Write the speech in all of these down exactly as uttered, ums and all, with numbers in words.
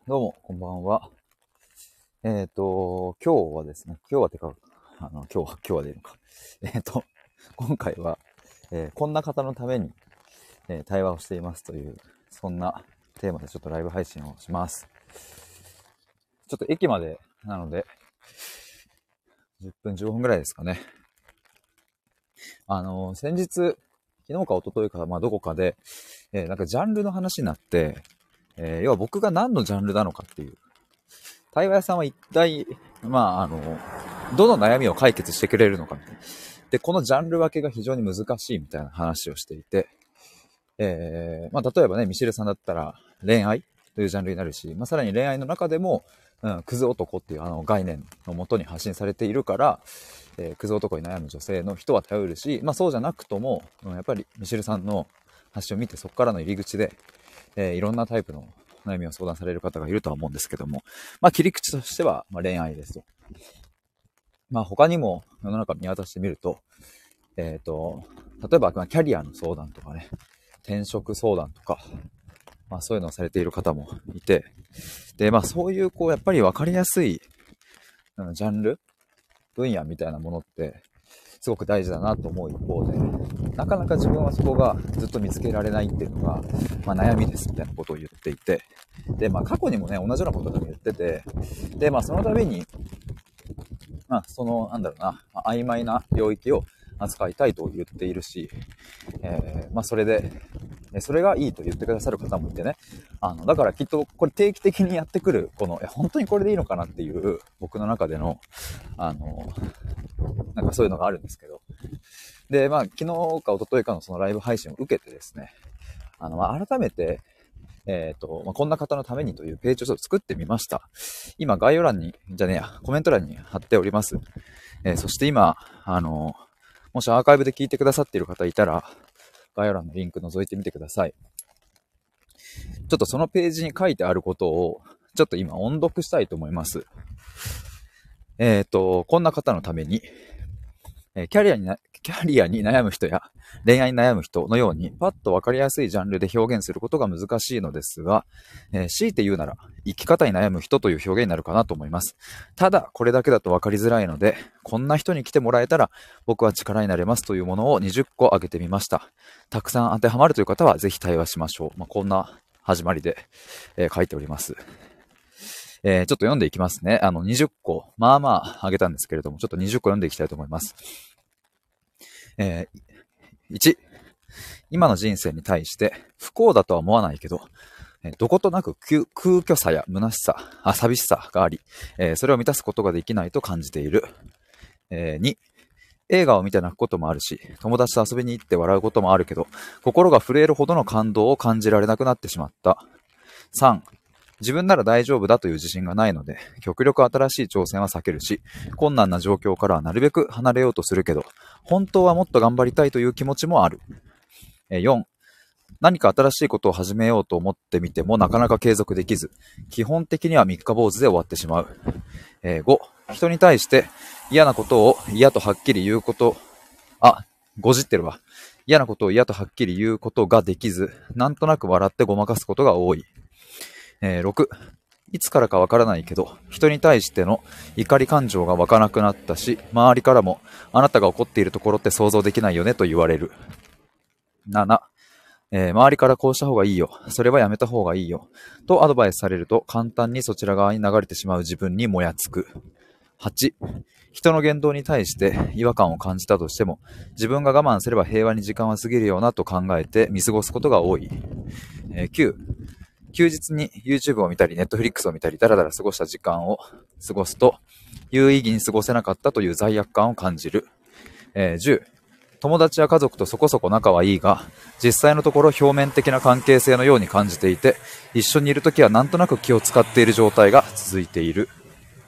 どうも、こんばんは。えっと、今日はですね、今日はてか、あの、今日は、今日はでいいのか。えっと、今回は、えーこんな方のために、えー対話をしていますという、そんなテーマでちょっとライブ配信をします。ちょっと駅までなので、じゅっぷん、じゅっぷんぐらいですかね。あの、先日、昨日か一昨日か、まあ、どこかで、えーなんかジャンルの話になって、えー要は僕が何のジャンルなのかっていう、対話屋さんは一体、まあ、あの、どの悩みを解決してくれるのかみたいな。で、このジャンル分けが非常に難しいみたいな話をしていて、えー、まあ、例えばね、ミシェルさんだったら恋愛というジャンルになるし、まあ、さらに恋愛の中でも、うん、クズ男っていうあの概念のもとに発信されているから、えー、クズ男に悩む女性の人は頼るし、まあ、そうじゃなくとも、うん、やっぱりミシェルさんの発信を見てそこからの入り口で、えー、いろんなタイプの悩みを相談される方がいるとは思うんですけども、まあ、切り口としては、まあ、恋愛ですと。まあ、他にも世の中見渡してみると、えっと、例えば、まあキャリアの相談とかね、転職相談とか、まあそういうのをされている方もいて、で、まあそういう、こう、やっぱり分かりやすい、うんジャンル、分野みたいなものって、すごく大事だなと思う一方で、なかなか自分はそこがずっと見つけられないっていうのが、まあ悩みですみたいなことを言っていて、で、まあ過去にもね、同じようなことでも言ってて、で、まあその度に、まあその、なんだろうな、まあ曖昧な領域を扱いたいと言っているし、えー、まあそれで、それがいいと言ってくださる方もいてね。あの、だからきっとこれ定期的にやってくる、この、え、本当にこれでいいのかなっていう僕の中での、あの、なんかそういうのがあるんですけど。で、まあ昨日か一昨日かのそのライブ配信を受けてですね、あの、まあ改めて、えっと、まあ、こんな方のためにというページをちょっと作ってみました。今概要欄に、じゃねえや、コメント欄に貼っております。えーそして今、あの、もしアーカイブで聞いてくださっている方いたら、概要欄のリンク覗いてみてください。ちょっとそのページに書いてあることを、ちょっと今音読したいと思います。えっと、こんな方のために、えーキャリアにな、キャリアに悩む人や恋愛に悩む人のように、パッとわかりやすいジャンルで表現することが難しいのですが、えー強いて言うなら、生き方に悩む人という表現になるかなと思います。ただ、これだけだとわかりづらいので、こんな人に来てもらえたら、僕は力になれますというものをにじゅっこ挙げてみました。たくさん当てはまるという方は、ぜひ対話しましょう。まあ、こんな始まりで、えー書いております。えーちょっと読んでいきますね。あの、にじゅっこ、まあまあ、あげたんですけれども、ちょっとにじゅっこ読んでいきたいと思います。えーいち、今の人生に対して不幸だとは思わないけど、えーどことなく空空虚さや虚しさ、あ寂しさがあり、えーそれを満たすことができないと感じている。えーに、映画を見て泣くこともあるし、友達と遊びに行って笑うこともあるけど、心が震えるほどの感動を感じられなくなってしまった。さん、自分なら大丈夫だという自信がないので、極力新しい挑戦は避けるし、困難な状況からはなるべく離れようとするけど、本当はもっと頑張りたいという気持ちもある。よん、何か新しいことを始めようと思ってみてもなかなか継続できず、基本的には三日坊主で終わってしまう。ご、人に対して嫌なことを嫌とはっきり言うこと、あ、ごじってるわ。嫌なことを嫌とはっきり言うことができず、なんとなく笑ってごまかすことが多い。えー、ろく、いつからかわからないけど、人に対しての怒り感情が湧かなくなったし、周りからも、あなたが怒っているところって想像できないよねと言われる。なな、えー周りからこうした方がいいよ、それはやめた方がいいよ、とアドバイスされると簡単にそちら側に流れてしまう自分にもやつく。はち、人の言動に対して違和感を感じたとしても、自分が我慢すれば平和に時間は過ぎるよなと考えて見過ごすことが多い。えーきゅう、休日に YouTube を見たり Netflix を見たりダラダラ過ごした時間を過ごすと有意義に過ごせなかったという罪悪感を感じる。えーじゅう、友達や家族とそこそこ仲はいいが、実際のところ表面的な関係性のように感じていて、一緒にいるときはなんとなく気を使っている状態が続いている。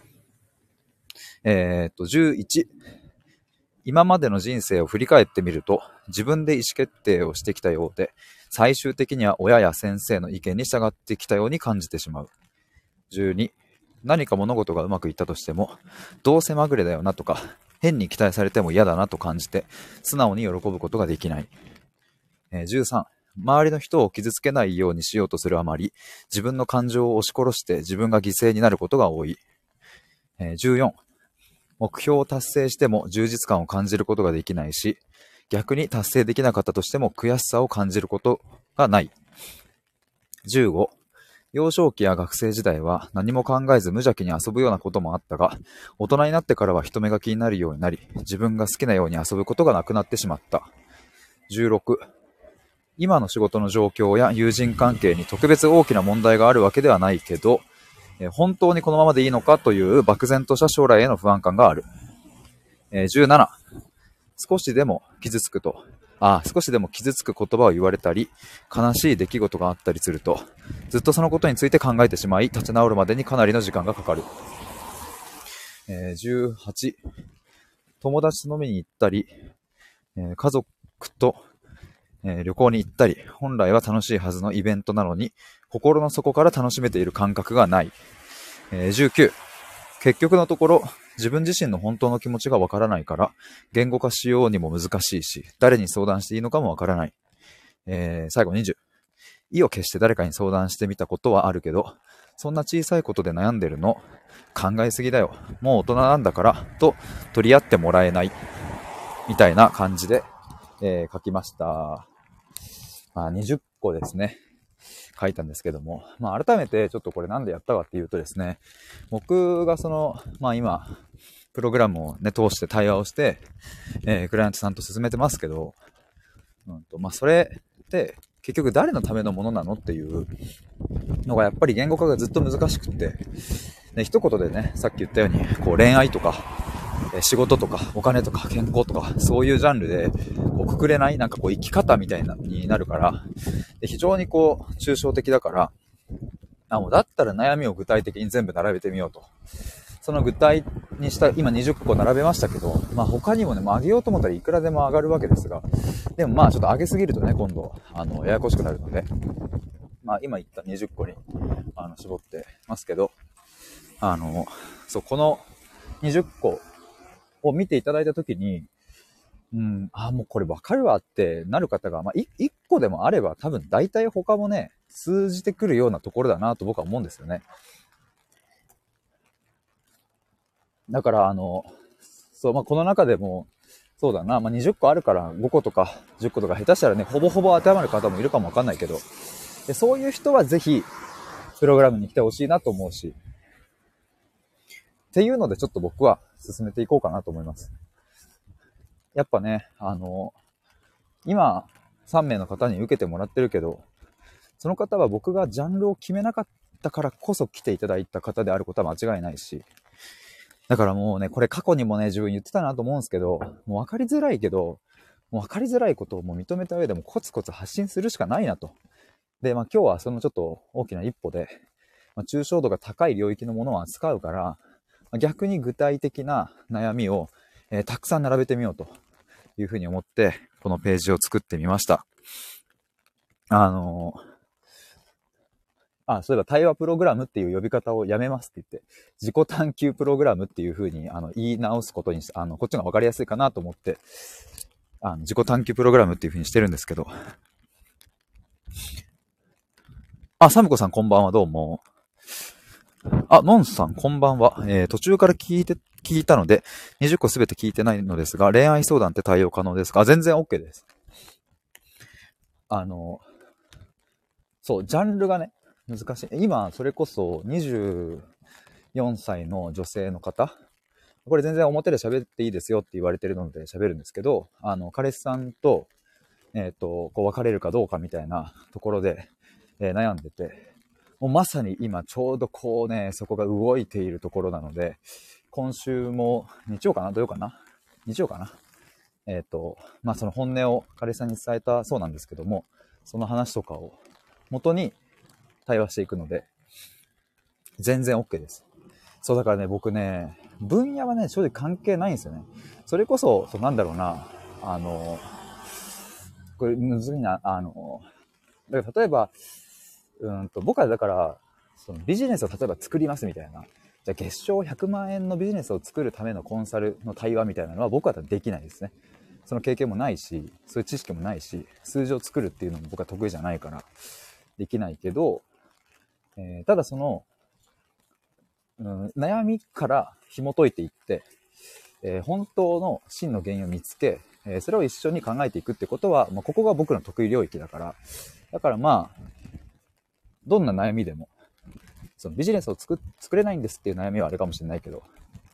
えー、っと、じゅういち、今までの人生を振り返ってみると、自分で意思決定をしてきたようで、最終的には親や先生の意見に従ってきたように感じてしまう。じゅうに、何か物事がうまくいったとしても、どうせまぐれだよなとか、変に期待されても嫌だなと感じて、素直に喜ぶことができない。えーじゅうさん、 周りの人を傷つけないようにしようとするあまり、自分の感情を押し殺して自分が犠牲になることが多い。えー、じゅうよん、目標を達成しても充実感を感じることができないし、逆に達成できなかったとしても悔しさを感じることがない。じゅうご、幼少期や学生時代は何も考えず無邪気に遊ぶようなこともあったが、大人になってからは人目が気になるようになり、自分が好きなように遊ぶことがなくなってしまった。じゅうろく、今の仕事の状況や友人関係に特別大きな問題があるわけではないけど、本当にこのままでいいのかという漠然とした将来への不安感がある。じゅうなな、少しでも傷つくと、ああ、少しでも傷つく言葉を言われたり、悲しい出来事があったりすると、ずっとそのことについて考えてしまい、立ち直るまでにかなりの時間がかかる。えー、じゅうはち、友達と飲みに行ったり、えー、家族と、えー、旅行に行ったり、本来は楽しいはずのイベントなのに、心の底から楽しめている感覚がない。えー、じゅうきゅう、結局のところ、自分自身の本当の気持ちがわからないから、言語化しようにも難しいし、誰に相談していいのかもわからない。えー、最後にじゅう、意を決して誰かに相談してみたことはあるけど、そんな小さいことで悩んでるの、考えすぎだよ。もう大人なんだから、と取り合ってもらえない。みたいな感じで、えー、書きました。まあ、にじゅっこですね。書いたんですけども、まあ、改めてちょっとこれなんでやったかっていうとですね、僕がその、まあ今、プログラムをね、通して対話をして、えー、クライアントさんと進めてますけど、うんと、まあそれって結局誰のためのものなのっていうのがやっぱり言語化がずっと難しくって、ね、一言でね、さっき言ったように、こう恋愛とか、仕事とかお金とか健康とかそういうジャンルでこうくくれないなんかこう生き方みたいなになるから、で非常にこう抽象的だから、あもうだったら悩みを具体的に全部並べてみようと。その具体にした今にじゅっこ並べましたけど、まあ他にもね、まあ、上げようと思ったらいくらでも上がるわけですが、でもまあちょっと上げすぎるとね、今度あのややこしくなるので、まあ今言ったにじゅっこにあの絞ってますけど、あのそうこのにじゅっこを見ていただいたときに、うん、あ、もうこれわかるわってなる方が、まあ、いいっこでもあれば多分大体他もね、通じてくるようなところだなと僕は思うんですよね。だから、あの、そう、まあ、この中でも、そうだな、まあ、にじゅっこあるからごことかじゅっことか下手したらね、ほぼほぼ当てはまる方もいるかもわかんないけど、でそういう人はぜひ、プログラムに来てほしいなと思うし、っていうのでちょっと僕は進めていこうかなと思います。やっぱね、あの、今、さんめいの方に受けてもらってるけど、その方は僕がジャンルを決めなかったからこそ来ていただいた方であることは間違いないし、だからもうね、これ過去にもね、自分言ってたなと思うんですけど、もう分かりづらいけど、もう分かりづらいことをもう認めた上でもコツコツ発信するしかないなと。で、まあ今日はそのちょっと大きな一歩で、まあ、抽象度が高い領域のものを扱うから、まあ、逆に具体的な悩みを、えー、たくさん並べてみようというふうに思って、このページを作ってみました。あのー、あ、そういえば対話プログラムっていう呼び方をやめますって言って、自己探求プログラムっていう風にあの言い直すことにして、あの、こっちが分かりやすいかなと思って、あの自己探求プログラムっていう風にしてるんですけど。あ、サムコさんこんばんは、どうも。あ、ノンさんこんばんは。えー、途中から聞いて、聞いたので、にじゅっこすべて聞いてないのですが、恋愛相談って対応可能ですか？全然 OK です。あの、そう、ジャンルがね、難しい。今、それこそにじゅうよんさいの女性の方、これ全然表で喋っていいですよって言われてるので喋るんですけど、あの、彼氏さんと、えっと、こう別れるかどうかみたいなところで、えー、悩んでて、もうまさに今ちょうどこうね、そこが動いているところなので、今週も日曜かな土曜かな日曜かなえっと、まあその本音を彼氏さんに伝えたそうなんですけども、その話とかを元に対話していくので、全然 OK です。そうだからね、僕ね、分野はね、正直関係ないんですよね。それこそ、そうなんだろうな、あの、これむずいな、あの、だから例えば、うんと、僕はだから、そのビジネスを例えば作りますみたいな、じゃあ月賞ひゃくまんえんのビジネスを作るためのコンサルの対話みたいなのは僕はできないですね。 その経験もないし、そういう知識もないし、数字を作るっていうのも僕は得意じゃないからできないけど、えー、ただその、うん、悩みから紐解いていって、えー、本当の真の原因を見つけ、えー、それを一緒に考えていくってことは、まあ、ここが僕の得意領域だから、だからまあ、どんな悩みでも、そのビジネスを作、作れないんですっていう悩みはあるかもしれないけど、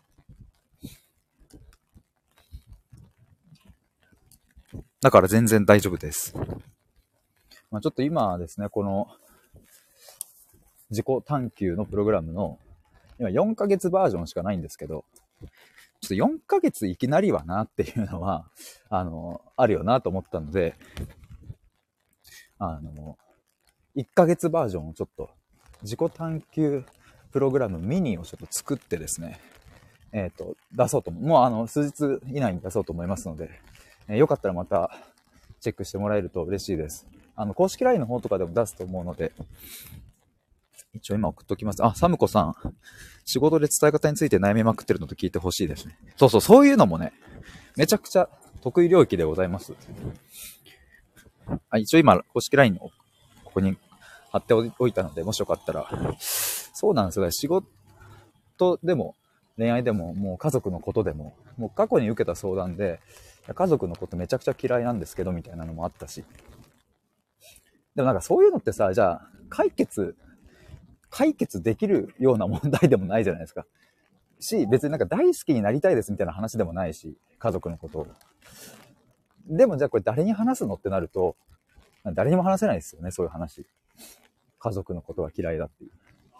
だから全然大丈夫です。まあ、ちょっと今はですね、この自己探求のプログラムの今よんかげつバージョンしかないんですけど、ちょっとよんかげついきなりはなっていうのは、あの、あるよなと思ったので、あの、いっかげつバージョンをちょっと、自己探求プログラムミニをちょっと作ってですね、えっと、出そうと思う。もうあの、数日以内に出そうと思いますので、えー、よかったらまたチェックしてもらえると嬉しいです。あの、公式 ライン の方とかでも出すと思うので、一応今送っときます。あ、サムコさん。仕事で伝え方について悩みまくってるのと聞いてほしいですね。そうそう、そういうのもね、めちゃくちゃ得意領域でございます。あ、一応今、公式 ライン をここに貼っておいたので、もしよかったら。そうなんですよね。仕事でも、恋愛でも、もう家族のことでも、もう過去に受けた相談で、家族のことめちゃくちゃ嫌いなんですけど、みたいなのもあったし。でもなんかそういうのってさ、じゃあ、解決、解決できるような問題でもないじゃないですか。し、別になんか大好きになりたいですみたいな話でもないし、家族のことを。でもじゃあこれ誰に話すのってなると、誰にも話せないですよね、そういう話。家族のことが嫌いだっていう。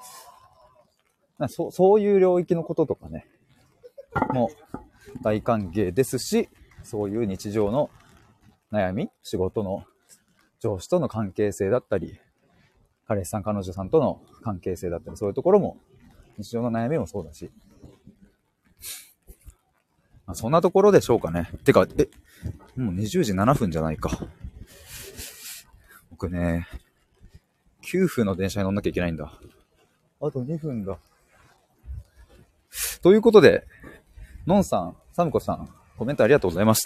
そ, そういう領域のこととかね、もう大歓迎ですし、そういう日常の悩み、仕事の上司との関係性だったり、彼氏さん、彼女さんとの関係性だったり、そういうところも、日常の悩みもそうだし、まあ、そんなところでしょうかね。てか、え、もうにじゅうじななふんじゃないか。僕ね、きゅうふんの電車に乗んなきゃいけないんだ。あとにふんだ。ということで、のんさん、サムコさん、コメントありがとうございました。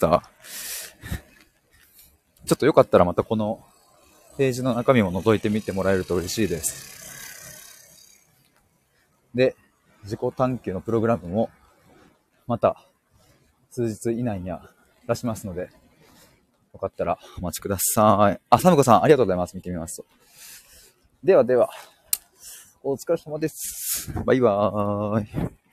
ちょっとよかったらまたこのページの中身も覗いてみてもらえると嬉しいです。で、自己探求のプログラムもまた数日以内には出しますので、よかったらお待ちください。あ、サムコさんありがとうございます。見てみますと。ではでは、お疲れ様です。バイバーイ。